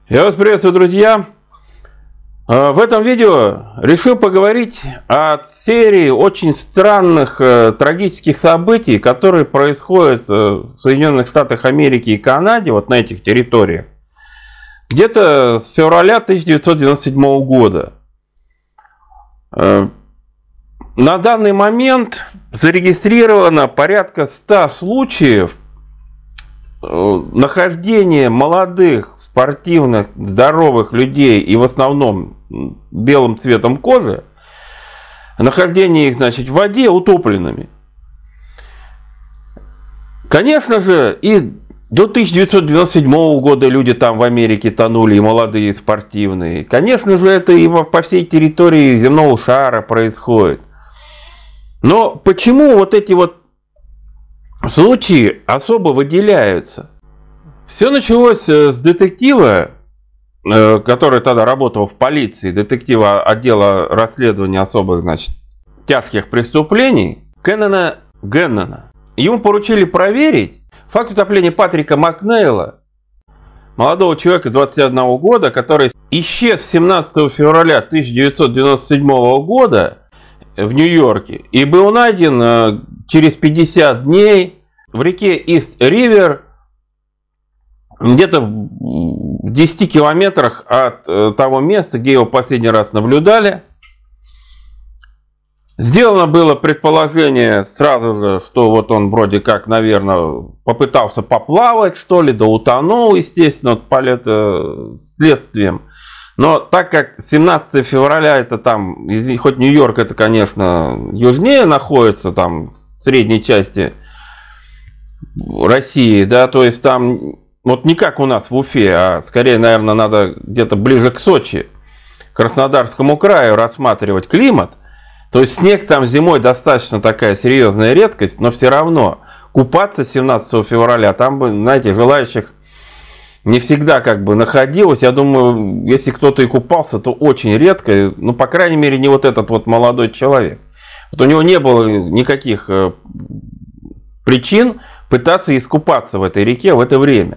Я вас приветствую, друзья! В этом видео решил поговорить о серии очень странных трагических событий, которые происходят в Соединенных Штатах Америки и Канаде, вот на этих территориях, где-то с февраля 1997 года. На данный момент зарегистрировано порядка 100 случаев нахождения молодых, спортивных, здоровых людей и в основном белым цветом кожи, нахождение их, значит, в воде утопленными. Конечно же, и до 1997 года люди там в Америке тонули, и молодые, и спортивные. Конечно же, это и по всей территории земного шара происходит. Но почему вот эти вот случаи особо выделяются? Все началось с детектива, который тогда работал в полиции, детектива отдела расследования особых, значит, тяжких преступлений, Кеннона Геннона. Ему поручили проверить факт утопления Патрика Макнейла, молодого человека 21 года, который исчез 17 февраля 1997 года в Нью-Йорке и был найден через 50 дней в реке Ист-Ривер, где-то в 10 километрах от того места, где его последний раз наблюдали. Сделано было предположение сразу же, что вот он вроде как, наверное, попытался поплавать, что ли, да утонул, естественно, под следствием. Но так как 17 февраля это там, хоть Нью-Йорк это, конечно, южнее находится, там, в средней части России, да, то есть там вот не как у нас в Уфе, а скорее, наверное, надо где-то ближе к Сочи, к Краснодарскому краю рассматривать климат. То есть снег там зимой достаточно такая серьезная редкость, но все равно купаться 17 февраля, там бы, знаете, желающих не всегда как бы находилось. Я думаю, если кто-то и купался, то очень редко, ну, по крайней мере, не вот этот вот молодой человек. Вот у него не было никаких причин пытаться искупаться в этой реке в это время.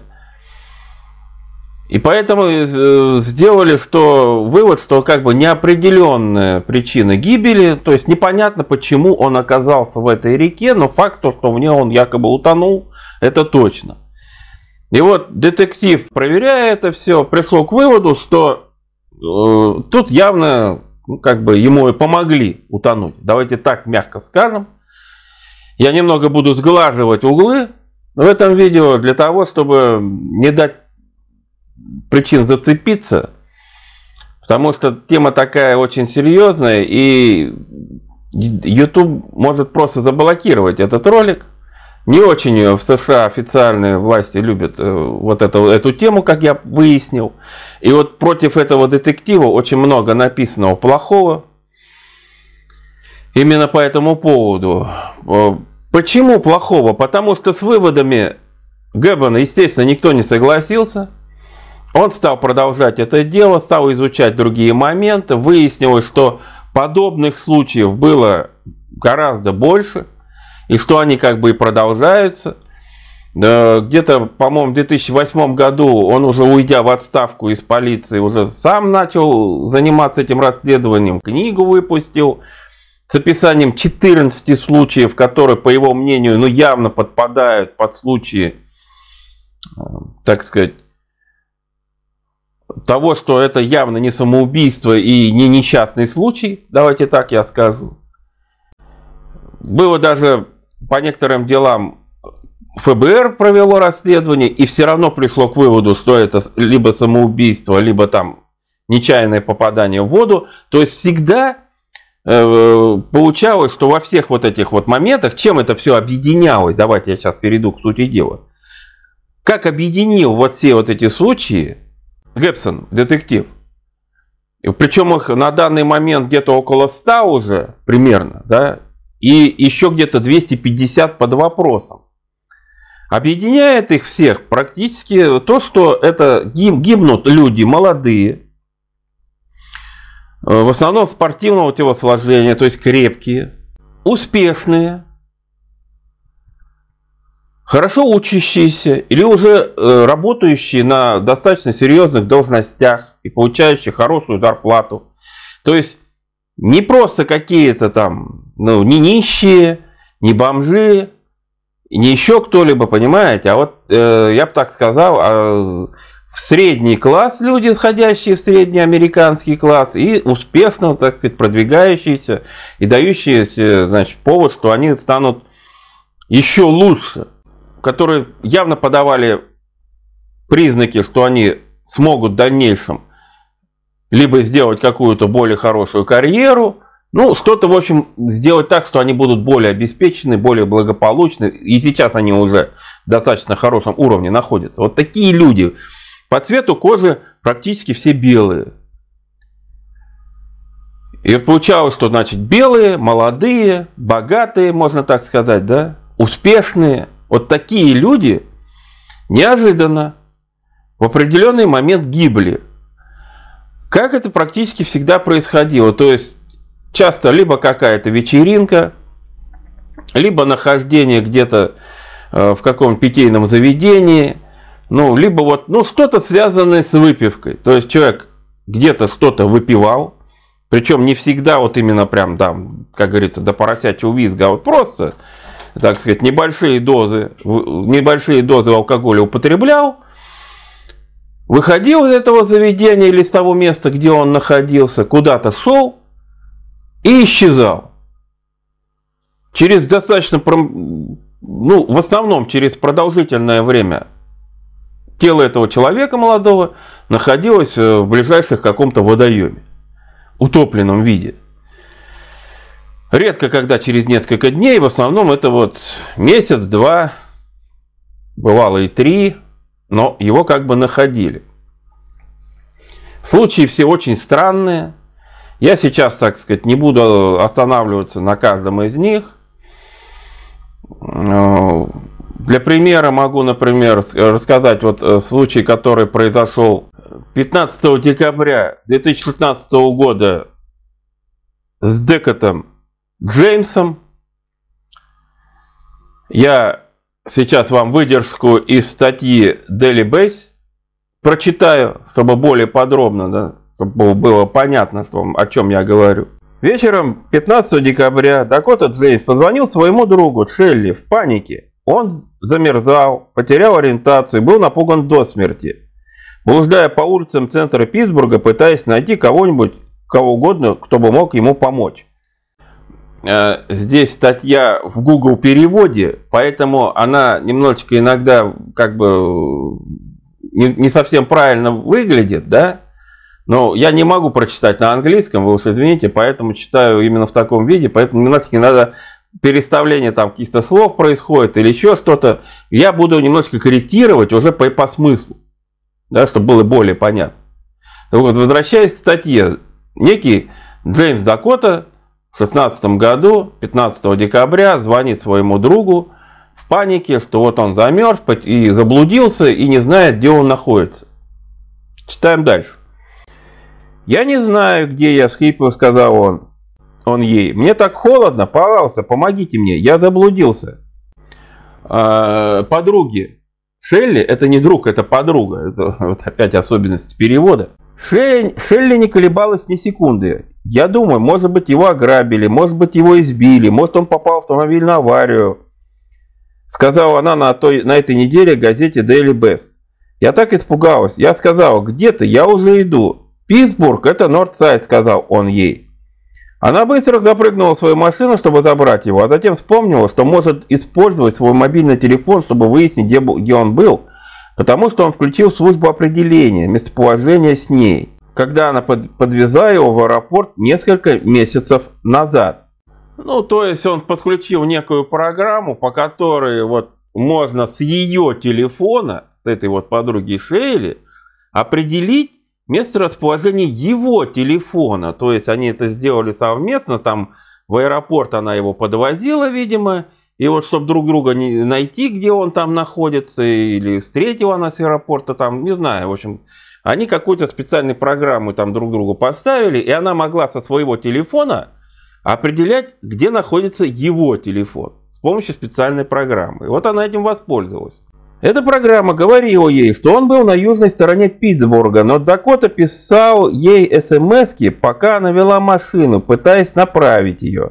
И поэтому сделали вывод, что как бы неопределенная причина гибели, то есть непонятно, почему он оказался в этой реке, но факт, что в ней он якобы утонул, это точно. И вот детектив, проверяя это все, пришел к выводу, что тут явно как бы ему и помогли утонуть. Давайте так мягко скажем. Я немного буду сглаживать углы в этом видео для того, чтобы не дать причин зацепиться, потому что тема такая очень серьезная, и YouTube может просто заблокировать этот ролик. Не очень в США официальные власти любят вот эту тему, как я выяснил. И вот против этого детектива очень много написанного плохого. Именно по этому поводу. Почему плохого? Потому что с выводами Геббона, естественно, никто не согласился. Он стал продолжать это дело, стал изучать другие моменты. Выяснилось, что подобных случаев было гораздо больше. И что они как бы и продолжаются. Где-то, по-моему, в 2008 году он уже, уйдя в отставку из полиции, уже сам начал заниматься этим расследованием. Книгу выпустил с описанием 14 случаев, которые, по его мнению, ну, явно подпадают под случаи, так сказать, того, что это явно не самоубийство и не несчастный случай, давайте так я скажу. Было даже по некоторым делам ФБР провело расследование и все равно пришло к выводу, что это либо самоубийство, либо там нечаянное попадание в воду. То есть всегда получалось, что во всех вот этих вот моментах, чем это все объединялось, давайте я сейчас перейду к сути дела, как объединил вот все вот эти случаи Геббон, детектив. Причем их на данный момент где-то около 100 уже примерно, да, и еще где-то 250 под вопросом. Объединяет их всех практически то, что это гибнут люди молодые, в основном спортивного телосложения, то есть крепкие, успешные, хорошо учащиеся или уже работающие на достаточно серьезных должностях и получающие хорошую зарплату. То есть не просто какие-то там, ну, не нищие, не бомжи, не еще кто-либо, понимаете, а вот я бы так сказал, в средний класс люди, сходящие в средний американский класс, и успешно, так сказать, продвигающиеся и дающие, значит, повод, что они станут еще лучше, которые явно подавали признаки, что они смогут в дальнейшем либо сделать какую-то более хорошую карьеру, ну, что-то, в общем, сделать так, что они будут более обеспечены, более благополучны, и сейчас они уже в достаточно хорошем уровне находятся. Вот такие люди. По цвету кожи практически все белые. И получалось, что, значит, белые, молодые, богатые, можно так сказать, да, успешные. Вот такие люди неожиданно в определенный момент гибли. Как это практически всегда происходило? То есть часто либо какая-то вечеринка, либо нахождение где-то в каком-то питейном заведении, ну, либо вот, ну, что-то связанное с выпивкой. То есть человек где-то что-то выпивал, причем не всегда вот именно прям там, как говорится, до поросячьего визга, а вот просто, так сказать, небольшие дозы алкоголя употреблял, выходил из этого заведения или с того места, где он находился, куда-то шел и исчезал. Через достаточно, ну, в основном через продолжительное время тело этого человека молодого находилось в ближайшем каком-то водоеме, утопленном виде. Редко, когда через несколько дней, в основном это вот месяц, два, бывало и 3, но его как бы находили. Случаи все очень странные. Я сейчас, так сказать, не буду останавливаться на каждом из них. Для примера могу, например, рассказать вот случай, который произошел 15 декабря 2016 года с Декотом Джеймсом. Я сейчас вам выдержку из статьи Daily Base прочитаю, чтобы более подробно, да, чтобы было понятно, о чем я говорю. Вечером 15 декабря Дакота Джеймс позвонил своему другу Шелли в панике. Он замерзал, потерял ориентацию и был напуган до смерти, блуждая по улицам центра Питтсбурга, пытаясь найти кого-нибудь, кого угодно, кто бы мог ему помочь. Здесь статья в Google переводе, поэтому она немножечко иногда как бы не совсем правильно выглядит, да? Но я не могу прочитать на английском, вы уж извините, поэтому читаю именно в таком виде, поэтому немножечко надо переставление там каких-то слов происходит или еще что-то. Я буду немножечко корректировать уже по смыслу, да, чтобы было более понятно. Вот, возвращаясь к статье, некий Джеймс Дакота в 2016 году, 15 декабря, звонит своему другу в панике, что вот он замерз и заблудился и не знает, где он находится. Читаем дальше. «Я не знаю, где я, схлипывая, сказал он ей. Мне так холодно, пожалуйста, помогите мне, я заблудился». Подруги Шелли, это не друг, это подруга, это вот опять особенность перевода. Шелли не колебалась ни секунды. Я думаю, может быть, его ограбили, может быть, его избили, может, он попал в автомобильную аварию, сказала она на этой неделе в газете Daily Best. Я так испугалась. Я сказала, где ты? Я уже иду. Питтсбург, это Нордсайд, сказал он ей. Она быстро запрыгнула в свою машину, чтобы забрать его, а затем вспомнила, что может использовать свой мобильный телефон, чтобы выяснить, где он был, потому что он включил службу определения местоположения с ней, когда она подвезла его в аэропорт несколько месяцев назад. Ну, то есть он подключил некую программу, по которой вот можно с ее телефона, с этой вот подруги Шейли, определить месторасположение его телефона. То есть они это сделали совместно, там в аэропорт она его подвозила, видимо, и вот чтобы друг друга не найти, где он там находится, или встретила она с аэропорта, там, не знаю, в общем, они какую-то специальную программу там друг другу поставили, и она могла со своего телефона определять, где находится его телефон. помощью специальной программы. И вот она этим воспользовалась. Эта программа говорила ей, что он был на южной стороне Питтсбурга, но Дакота писал ей смски, пока она вела машину, пытаясь направить ее.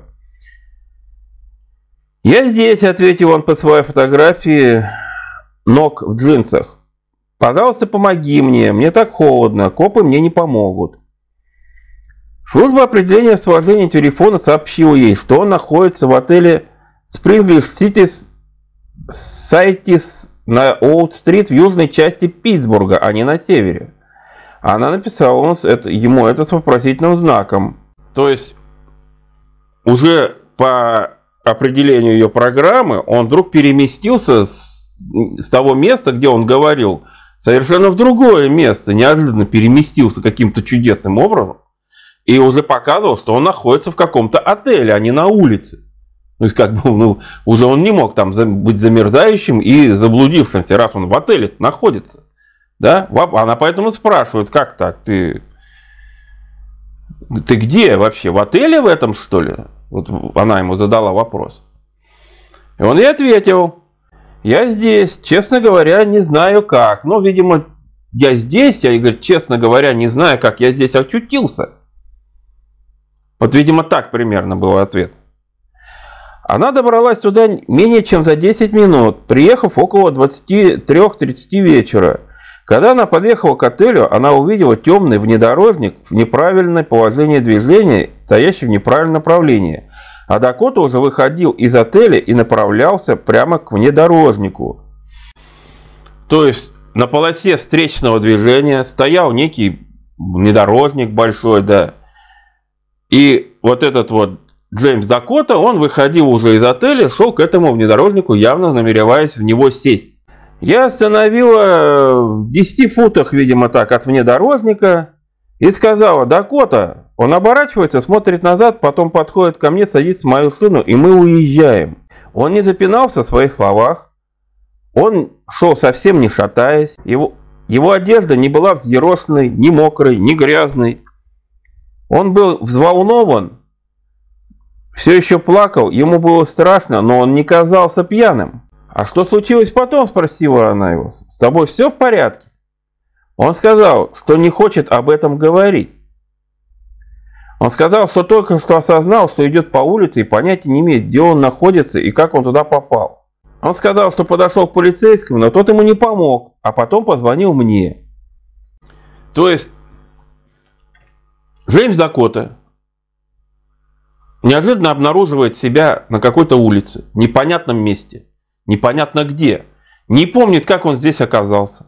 «Я здесь», — ответил он по своей фотографии ног в джинсах. «Пожалуйста, помоги мне так холодно, копы мне не помогут». Служба определения расположения телефона сообщила ей, что он находится в отеле Springlish Cities Cities на Оут-стрит в южной части Питтсбурга, а не на севере. Она написала ему это с вопросительным знаком. То есть уже по определению ее программы он вдруг переместился с того места, где он говорил, совершенно в другое место, неожиданно переместился каким-то чудесным образом и уже показывал, что он находится в каком-то отеле, а не на улице. То есть, как бы, уже он не мог там быть замерзающим и заблудившимся, раз он в отеле находится. Да? Она поэтому спрашивает, как так, ты где вообще, в отеле в этом, что ли? Вот она ему задала вопрос. И он ей ответил, я здесь, честно говоря, не знаю как. Ну, видимо, я здесь, я, говорит, честно говоря, не знаю, как я здесь очутился. Вот, видимо, так примерно был ответ. Она добралась туда менее чем за 10 минут, приехав около 23:30 вечера. Когда она подъехала к отелю, она увидела темный внедорожник в неправильное положение движения, стоящий в неправильном направлении. А Дакота уже выходил из отеля и направлялся прямо к внедорожнику. То есть на полосе встречного движения стоял некий внедорожник большой, да. И вот этот вот Джеймс Дакота, он выходил уже из отеля, шел к этому внедорожнику, явно намереваясь в него сесть. Я остановила в 10 футах, видимо, так, от внедорожника и сказала, Дакота, он оборачивается, смотрит назад, потом подходит ко мне, садится в мою шину, и мы уезжаем. Он не запинался в своих словах, он шел совсем не шатаясь, его одежда не была взъерошенной, ни мокрой, ни грязной. Он был взволнован, все еще плакал, ему было страшно, но он не казался пьяным. «А что случилось потом?» – спросила она его. «С тобой все в порядке?» Он сказал, что не хочет об этом говорить. Он сказал, что только что осознал, что идет по улице и понятия не имеет, где он находится и как он туда попал. Он сказал, что подошел к полицейскому, но тот ему не помог, а потом позвонил мне. То есть Джеймс Дакота неожиданно обнаруживает себя на какой-то улице, непонятном месте. Непонятно где. Не помнит, как он здесь оказался.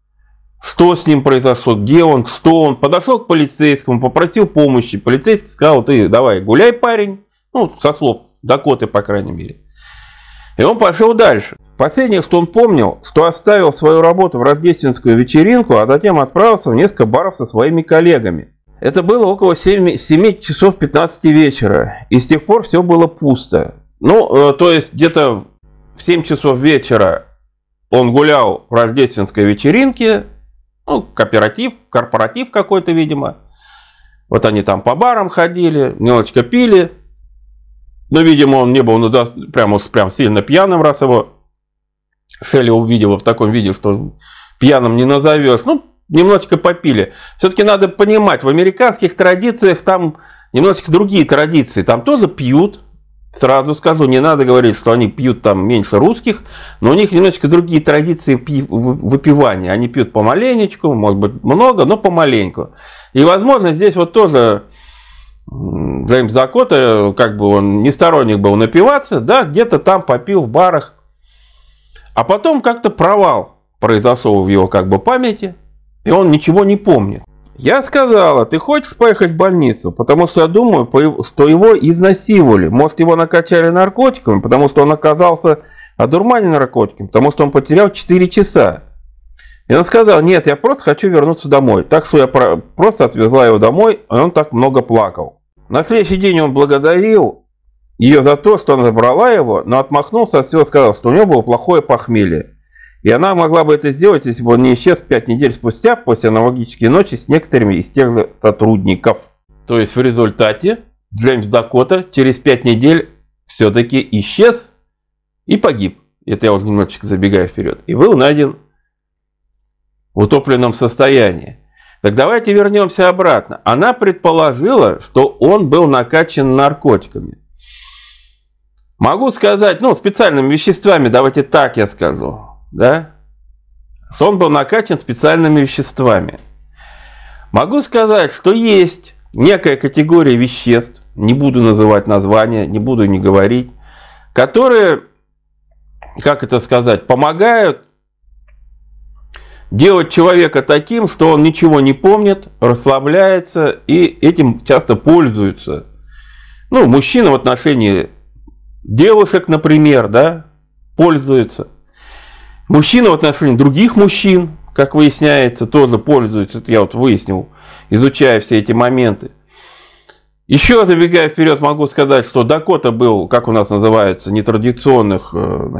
Что с ним произошло, где он, что он. Подошел к полицейскому, попросил помощи. Полицейский сказал, ты давай гуляй, парень. Ну, со слов Дакоты, по крайней мере. И он пошел дальше. Последнее, что он помнил, что оставил свою работу в рождественскую вечеринку, а затем отправился в несколько баров со своими коллегами. Это было около 7 часов 15 вечера. И с тех пор все было пусто. Ну, то есть где-то в 7 часов вечера он гулял в рождественской вечеринке, ну, корпоратив какой-то, видимо. Вот они там по барам ходили, немножечко пили. Но, видимо, он не был прям сильно пьяным, раз его Шелли увидела в таком виде, что пьяным не назовешь. Ну, немножечко попили. Все-таки надо понимать, в американских традициях там немножечко другие традиции. Там тоже пьют. Сразу скажу, не надо говорить, что они пьют там меньше русских, но у них немножечко другие традиции выпивания. Они пьют помаленечку, может быть много, но помаленьку. И, возможно, здесь вот тоже Джеймс Дакота, как бы он не сторонник был напиваться, да, где-то там попил в барах. А потом как-то провал произошел в его как бы памяти, и он ничего не помнит. Я сказала, ты хочешь поехать в больницу? Потому что я думаю, что его изнасиловали. Может, его накачали наркотиками, потому что он оказался одурманен наркотиками, потому что он потерял 4 часа. И он сказал, нет, я просто хочу вернуться домой. Так что я просто отвезла его домой, и он так много плакал. На следующий день он благодарил ее за то, что она забрала его, но отмахнулся от всего, сказал, что у него было плохое похмелье. И она могла бы это сделать, если бы он не исчез 5 недель спустя после аналогической ночи с некоторыми из тех же сотрудников. То есть в результате Джеймс Дакота через 5 недель все-таки исчез и погиб. Это я уже немножечко забегаю вперед. И был найден в утопленном состоянии. Так давайте вернемся обратно. Она предположила, что он был накачан наркотиками. Могу сказать, специальными веществами, давайте так я скажу, да? Что он был накачан специальными веществами. Могу сказать, что есть некая категория веществ, не буду называть названия, не буду не говорить, которые, как это сказать, помогают делать человека таким, что он ничего не помнит, расслабляется и этим часто пользуются. Мужчина в отношении девушек, например, да, пользуется. Мужчина в отношении других мужчин, как выясняется, тоже пользуется. Это я выяснил, изучая все эти моменты. Еще забегая вперед, могу сказать, что Дакота был, как у нас называется, нетрадиционных,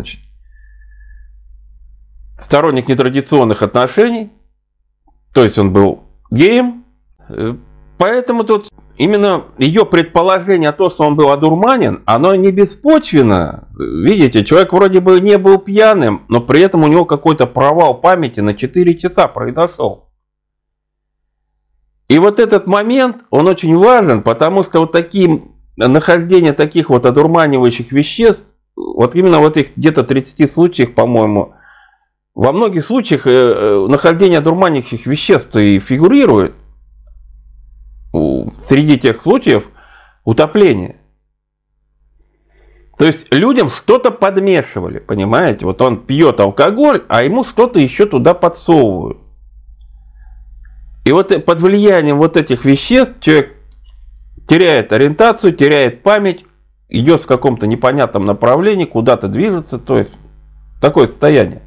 сторонник нетрадиционных отношений. То есть он был геем. Поэтому тут именно ее предположение о том, что он был одурманен, оно не беспочвенно. Видите, человек вроде бы не был пьяным, но при этом у него какой-то провал памяти на 4 часа произошел. И вот этот момент, он очень важен, потому что нахождение таких одурманивающих веществ, именно в этих где-то 30 случаях, по-моему, во многих случаях нахождение одурманивающих веществ и фигурирует среди тех случаев утопления. То есть людям что-то подмешивали, понимаете? Вот он пьет алкоголь, а ему что-то еще туда подсовывают. И под влиянием этих веществ человек теряет ориентацию, теряет память, идет в каком-то непонятном направлении, куда-то движется, то есть такое состояние.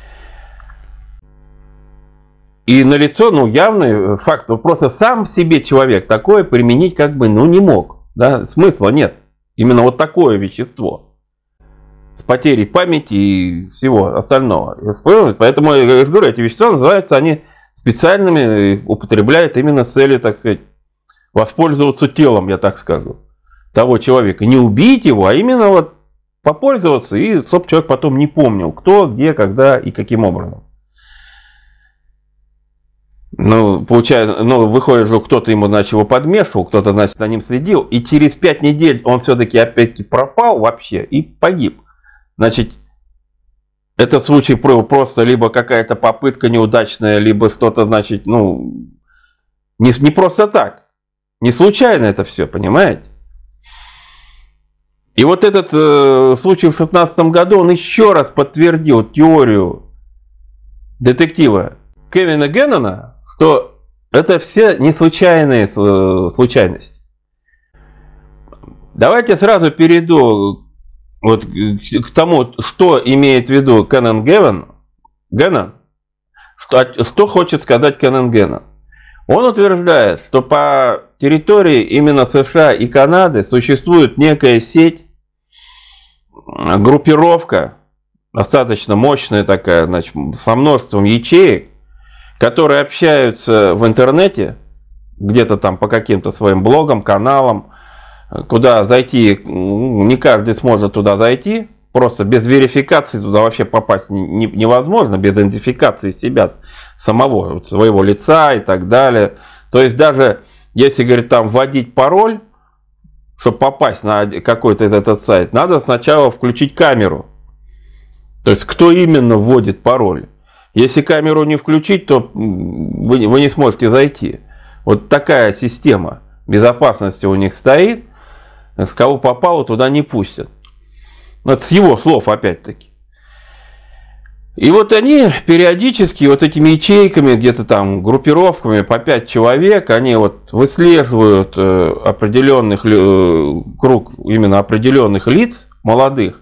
И налицо, явный факт, просто сам себе человек такое применить не мог. Да? Смысла нет. Именно такое вещество. С потерей памяти и всего остального. Поэтому, я же говорю, эти вещества называются, они специальными, употребляют именно с целью, так сказать, воспользоваться телом, я так скажу, того человека. Не убить его, а именно попользоваться, и чтобы человек потом не помнил, кто, где, когда и каким образом. Получается, выходит, что кто-то ему, его подмешивал, кто-то, за ним следил, и через 5 недель он все-таки опять-таки пропал вообще и погиб. Этот случай просто либо какая-то попытка неудачная, либо что-то, не просто так. Не случайно это все, понимаете? И этот случай в 2016 году, он еще раз подтвердил теорию детектива Кевина Геннона, что это все не случайные случайности. Давайте сразу перейду к тому, что имеет в виду Кеннон Геннон, что хочет сказать Кеннон Геннон. Он утверждает, что по территории именно США и Канады существует некая сеть, группировка, достаточно мощная такая, со множеством ячеек, которые общаются в интернете, где-то там по каким-то своим блогам, каналам, куда зайти, не каждый сможет туда зайти, просто без верификации туда вообще попасть невозможно, без идентификации себя самого, своего лица и так далее. То есть даже если, говорит, там вводить пароль, чтобы попасть на какой-то этот сайт, надо сначала включить камеру. То есть кто именно вводит пароль. Если камеру не включить, то вы не сможете зайти. Вот такая система безопасности у них стоит. С кого попало, туда не пустят. Это с его слов, опять-таки. И они периодически этими ячейками, где-то там группировками по 5 человек, они выслеживают определенных круг, именно определенных лиц, молодых,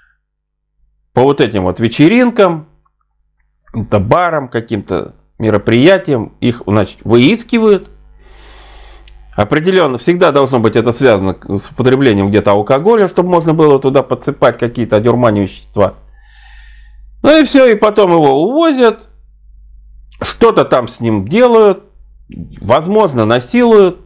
по этим вечеринкам, барам, каким-то мероприятиям, их, выискивают. Определенно, всегда должно быть это связано с употреблением где-то алкоголя, чтобы можно было туда подсыпать какие-то одурманивающие вещества. И все, и потом его увозят, что-то там с ним делают, возможно, насилуют,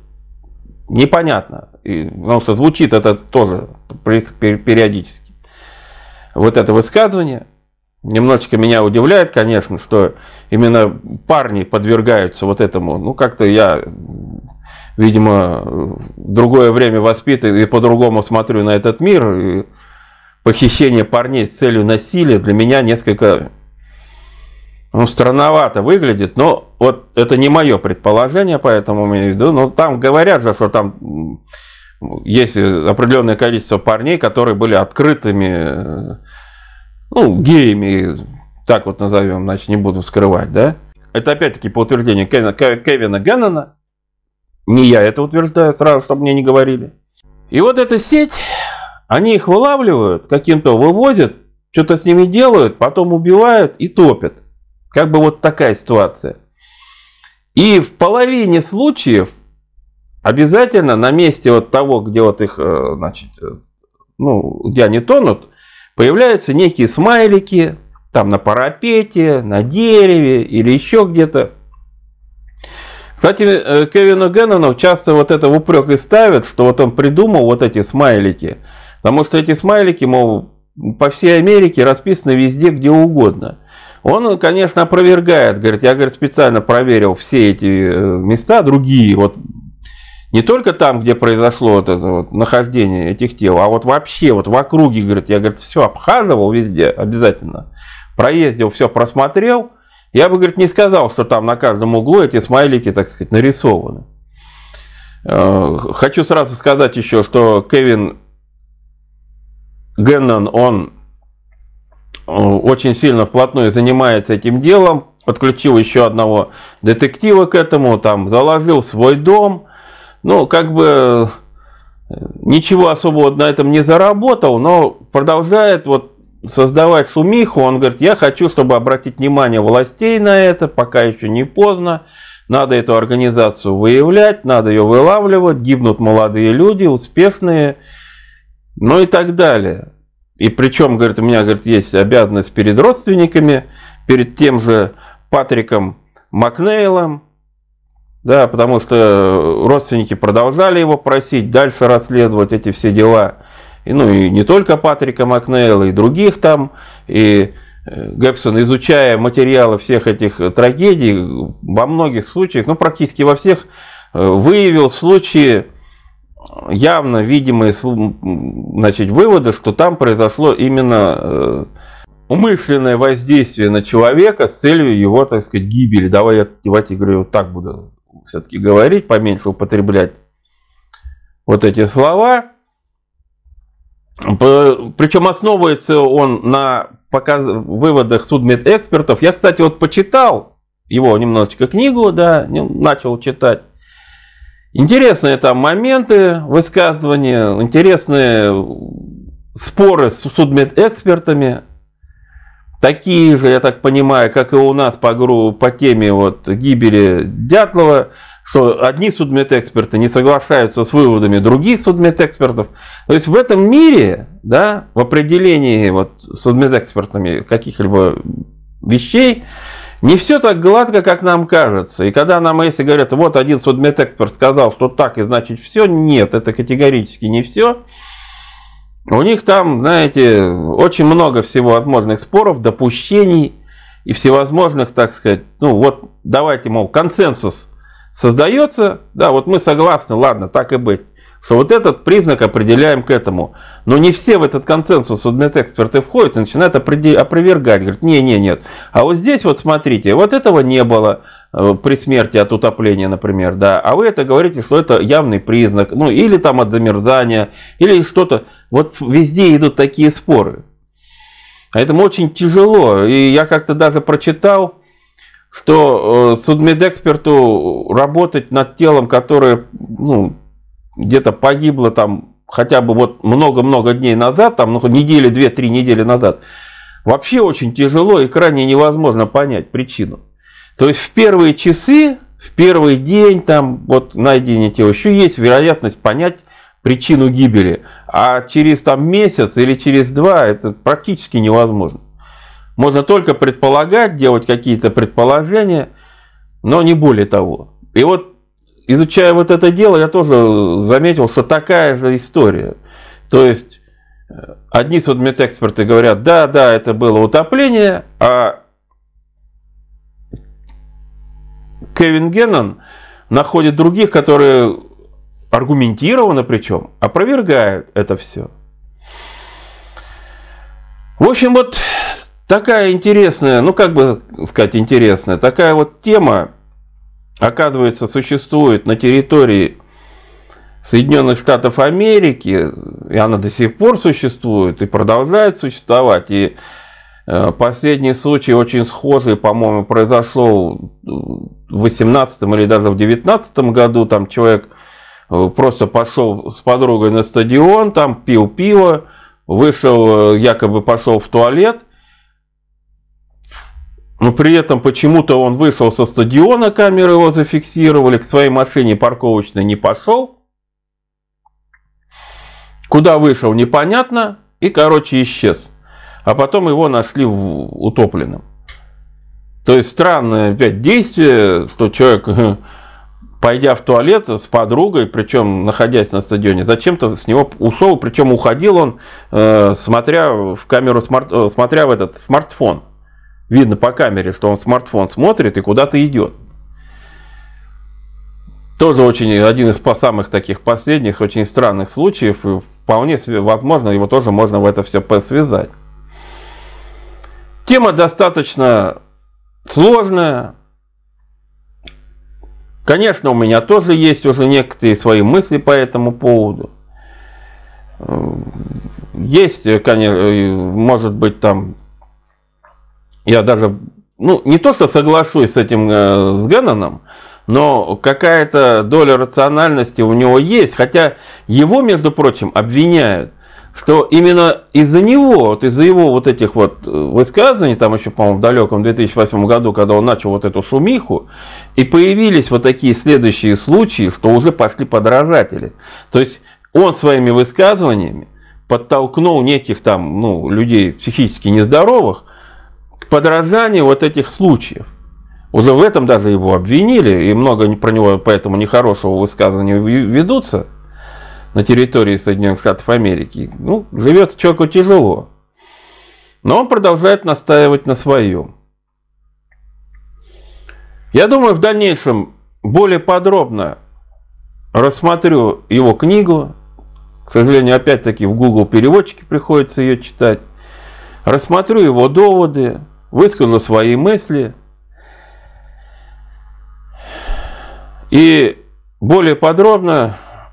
непонятно, потому что звучит это тоже периодически. вот это высказывание. Немножечко меня удивляет, конечно, что именно парни подвергаются вот этому. Ну, как-то я, видимо, в другое время воспитан и по-другому смотрю на этот мир. И похищение парней с целью насилия для меня несколько странновато выглядит. Но вот это не мое предположение, поэтому имею в виду. Но там говорят же, что там есть определенное количество парней, которые были открытыми, ну, геями, так вот назовем, значит, не буду скрывать, да. Это опять-таки по утверждению Кевина Геннона. Не я это утверждаю, сразу, чтобы мне не говорили. И вот эта сеть, они их вылавливают, каким-то вывозят, что-то с ними делают, потом убивают и топят. Как бы вот такая ситуация. И в половине случаев обязательно на месте вот того, где вот их, значит, ну, где они тонут, появляются некие смайлики, там на парапете, на дереве или еще где-то. Кстати, Кевину Геннону часто вот это в упрек и ставят, что вот он придумал вот эти смайлики. Потому что эти смайлики, мол, по всей Америке расписаны везде, где угодно. Он, конечно, опровергает, говорит, я, говорит, специально проверил все эти места, другие, вот не только там, где произошло вот это вот нахождение этих тел, а вот вообще вот в округе, говорит, я, говорит, все обхаживал везде обязательно, проездил, все просмотрел, я бы, говорит, не сказал, что там на каждом углу эти смайлики, так сказать, нарисованы. Хочу сразу сказать еще, что Кевин Геннон, он очень сильно вплотную занимается этим делом, подключил еще одного детектива к этому, там заложил свой дом. Ну, как бы ничего особого на этом не заработал, но продолжает вот создавать шумиху. Он говорит, я хочу, чтобы обратить внимание властей на это, пока еще не поздно. Надо эту организацию выявлять, надо ее вылавливать, гибнут молодые люди, успешные, ну и так далее. И причем, говорит, у меня, говорит, есть обязанность перед родственниками, перед тем же Патриком Макнейлом. Да, потому что родственники продолжали его просить дальше расследовать эти все дела. И, ну, и не только Патрика Макнейла, и других там. И Гэбсон, изучая материалы всех этих трагедий, во многих случаях, ну, практически во всех, выявил случаи, явно видимые, значит, выводы, что там произошло именно умышленное воздействие на человека с целью его, так сказать, гибели. Давайте, говорю, вот так буду все-таки говорить, поменьше употреблять вот эти слова. Причем основывается он на выводах судмедэкспертов. Я, кстати, вот почитал его немножечко книгу, да, начал читать. Интересные там моменты, высказывания, интересные споры с судмедэкспертами. Такие же, я так понимаю, как и у нас по теме вот гибели Дятлова, что одни судмедэксперты не соглашаются с выводами других судмедэкспертов. То есть в этом мире, да, в определении вот судмедэкспертами каких-либо вещей, не все так гладко, как нам кажется. И когда нам, если говорят, вот один судмедэксперт сказал, что так, и значит все, нет, это категорически не все. У них там, знаете, очень много всего возможных споров, допущений и всевозможных, так сказать, ну вот давайте, мол, консенсус создается, да, вот мы согласны, ладно, так и быть, что вот этот признак определяем к этому. Но не все в этот консенсус судмедэксперты входят и начинают опровергать, говорят, нет. А вот здесь вот смотрите, вот этого не было при смерти от утопления, например, да, а вы это говорите, что это явный признак, ну или там от замерзания, или что-то. Вот везде идут такие споры. Поэтому очень тяжело. И я как-то даже прочитал, что судмедэксперту работать над телом, которое, ну, где-то погибло там хотя бы вот много-много дней назад, там, ну, недели, 2-3 недели назад, вообще очень тяжело и крайне невозможно понять причину. То есть в первые часы, в первый день, там, вот найдение тела, еще есть вероятность понять причину гибели. А через там месяц или через 2 это практически невозможно. Можно только предполагать, делать какие-то предположения, но не более того. И вот, изучая вот это дело, я тоже заметил, что такая же история. То есть одни судмедэксперты говорят, да, это было утопление, а Кевин Геннон находит других, которые аргументированно причем опровергают это все. В общем, вот такая интересная, ну как бы сказать интересная, такая вот тема, оказывается, существует на территории Соединенных Штатов Америки, и она до сих пор существует и продолжает существовать. И последний случай очень схожий, по-моему, произошел в 18 или даже в 19 году. Там человек просто пошел с подругой на стадион, там пил пиво, вышел, якобы пошел в туалет. Но при этом почему-то он вышел со стадиона, камеры его зафиксировали, к своей машине парковочной не пошел. Куда вышел, непонятно, и, короче, исчез. А потом его нашли утопленным. То есть странное опять действие, что человек, пойдя в туалет с подругой, причем находясь на стадионе, зачем-то с него ушел, причем уходил он, смотря в камеру, смотря в этот смартфон. Видно по камере, что он смартфон смотрит и куда-то идет. Тоже очень один из самых таких последних, очень странных случаев. И вполне возможно, его тоже можно в это все связать. Тема достаточно сложная. Конечно, у меня тоже есть уже некоторые свои мысли по этому поводу. Есть, конечно, может быть, там, я даже, ну, не то, что соглашусь с этим, с Генноном, но какая-то доля рациональности у него есть, хотя его, между прочим, обвиняют, что именно из-за него, вот из-за его вот этих вот высказываний, там еще, по-моему, в далеком 2008 году, когда он начал вот эту шумиху, и появились вот такие следующие случаи, что уже пошли подражатели. То есть он своими высказываниями подтолкнул неких там, ну, людей психически нездоровых к подражанию вот этих случаев. Уже в этом даже его обвинили, и много про него поэтому нехорошего высказывания ведутся на территории Соединенных Штатов Америки. Ну, живет человеку тяжело. Но он продолжает настаивать на своем. Я думаю, в дальнейшем более подробно рассмотрю его книгу. К сожалению, опять-таки в Google переводчике приходится ее читать. Рассмотрю его доводы, выскажу свои мысли. И более подробно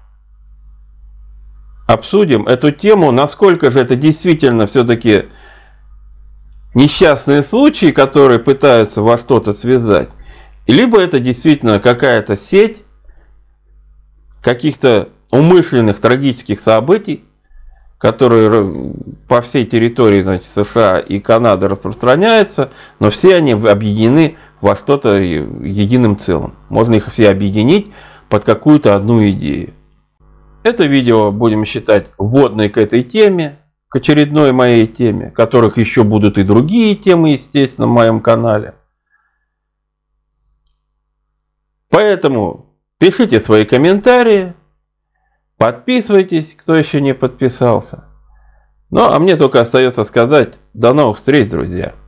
обсудим эту тему, насколько же это действительно все-таки несчастные случаи, которые пытаются во что-то связать, либо это действительно какая-то сеть каких-то умышленных трагических событий, которые по всей территории, значит, США и Канады распространяются, но все они объединены во что-то единым целым. Можно их все объединить под какую-то одну идею. Это видео будем считать вводной к этой теме, к очередной моей теме, которых еще будут и другие темы, естественно, в моем канале. Поэтому пишите свои комментарии, подписывайтесь, кто еще не подписался. Ну, а мне только остается сказать: до новых встреч, друзья!